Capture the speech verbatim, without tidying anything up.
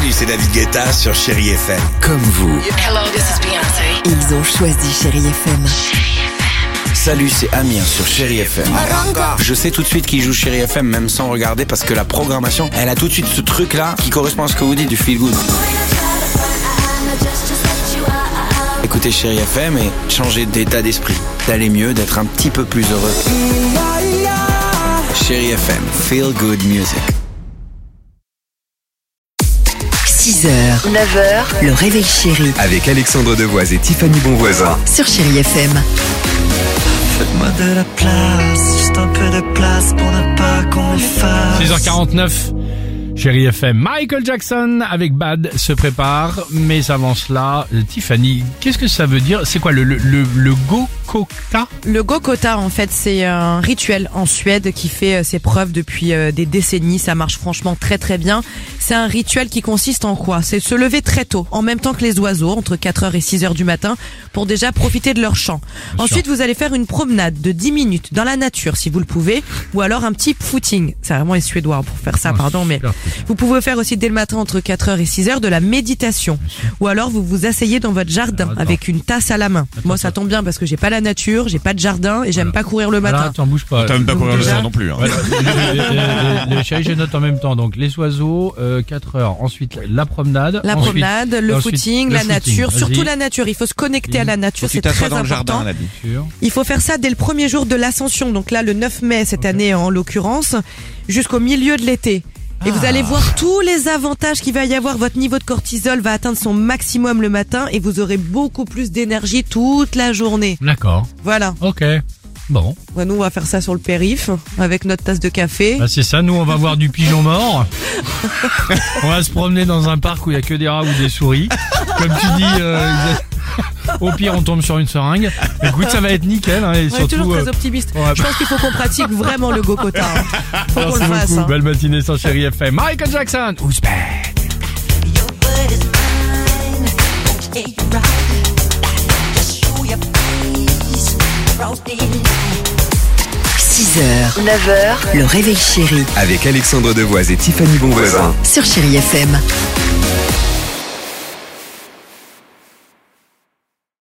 Salut, c'est David Guetta sur Chérie F M. Comme vous. Hello, this is Beyoncé. Ils ont choisi Chérie F M. Salut, c'est Amir sur Chérie F M. Je sais tout de suite qui joue Chérie F M, même sans regarder, parce que la programmation, elle a tout de suite ce truc-là qui correspond à ce que vous dites du feel good. Écoutez Chérie F M et changez d'état d'esprit, d'aller mieux, d'être un petit peu plus heureux. Chérie F M, feel good music. six heures, neuf heures, le réveil chéri Avec Alexandre Devoise et Tiffany Bonvoisin. sur Chérie F M. Faites-moi de la place, juste un peu de place pour ne pas qu'on m'efface. six heures quarante-neuf, Chérie F M. Michael Jackson avec Bad se prépare, mais avant cela, euh, Tiffany, qu'est-ce que ça veut dire? C'est quoi le, le, le, le Go-Kota? Le Go-Kota, en fait, c'est un rituel en Suède qui fait ses preuves depuis des décennies. Ça marche franchement très très bien. C'est un rituel qui consiste en quoi? C'est se lever très tôt, en même temps que les oiseaux, entre quatre heures et six heures du matin, pour déjà profiter de leur chant. Bien Ensuite, sûr. Vous allez faire une promenade de dix minutes dans la nature, si vous le pouvez, ou alors un petit footing. C'est vraiment les Suédois pour faire ça, Oh, pardon, mais super. vous pouvez faire aussi dès le matin entre quatre heures et six heures de la méditation. Ou alors vous vous asseyez dans votre jardin Alors, attends. avec une tasse à la main. Attends, Moi, ça attends. tombe bien parce que j'ai pas la nature, j'ai pas de jardin et j'aime Voilà. pas courir le matin. Voilà, attends, bouge pas. T'as même pas Donc courir le déjà- soir non plus. Hein. Voilà, les, les, les, les chéris, je note en même temps. Donc, les oiseaux, euh, quatre heures. Ensuite, la promenade. La Ensuite, promenade, le ensuite, footing, le la footing. nature, Vas-y. surtout la nature. Il faut se connecter à la nature, Faut que c'est tu t'assoies très dans le important. jardin, elle a dit. Sûr. Il faut faire ça dès le premier jour de l'ascension, donc là le neuf mai cette année en l'occurrence, jusqu'au milieu de l'été. Et vous allez voir tous les avantages qu'il va y avoir. Votre niveau de cortisol va atteindre son maximum le matin et vous aurez beaucoup plus d'énergie toute la journée. D'accord. Voilà. Ok. Bon. Ouais, nous on va faire ça sur le périph' avec notre tasse de café. Bah, c'est ça. Nous, on va voir du pigeon mort. On va se promener dans un parc où il y a que des rats ou des souris. Comme tu dis, euh, au pire, on tombe sur une seringue. Écoute, ça va être nickel. Hein, et On est surtout, toujours très euh, optimiste. ouais. Je pense qu'il faut qu'on pratique vraiment le Go-Kota. Hein. Faut qu'on merci le fasse. beaucoup. Hein. Belle matinée sur Chérie F M. Michael Jackson. Who's bad? six heures, neuf heures, le réveil chéri Avec Alexandre Devoise et Tiffany Bonvoisin. sur Chérie F M.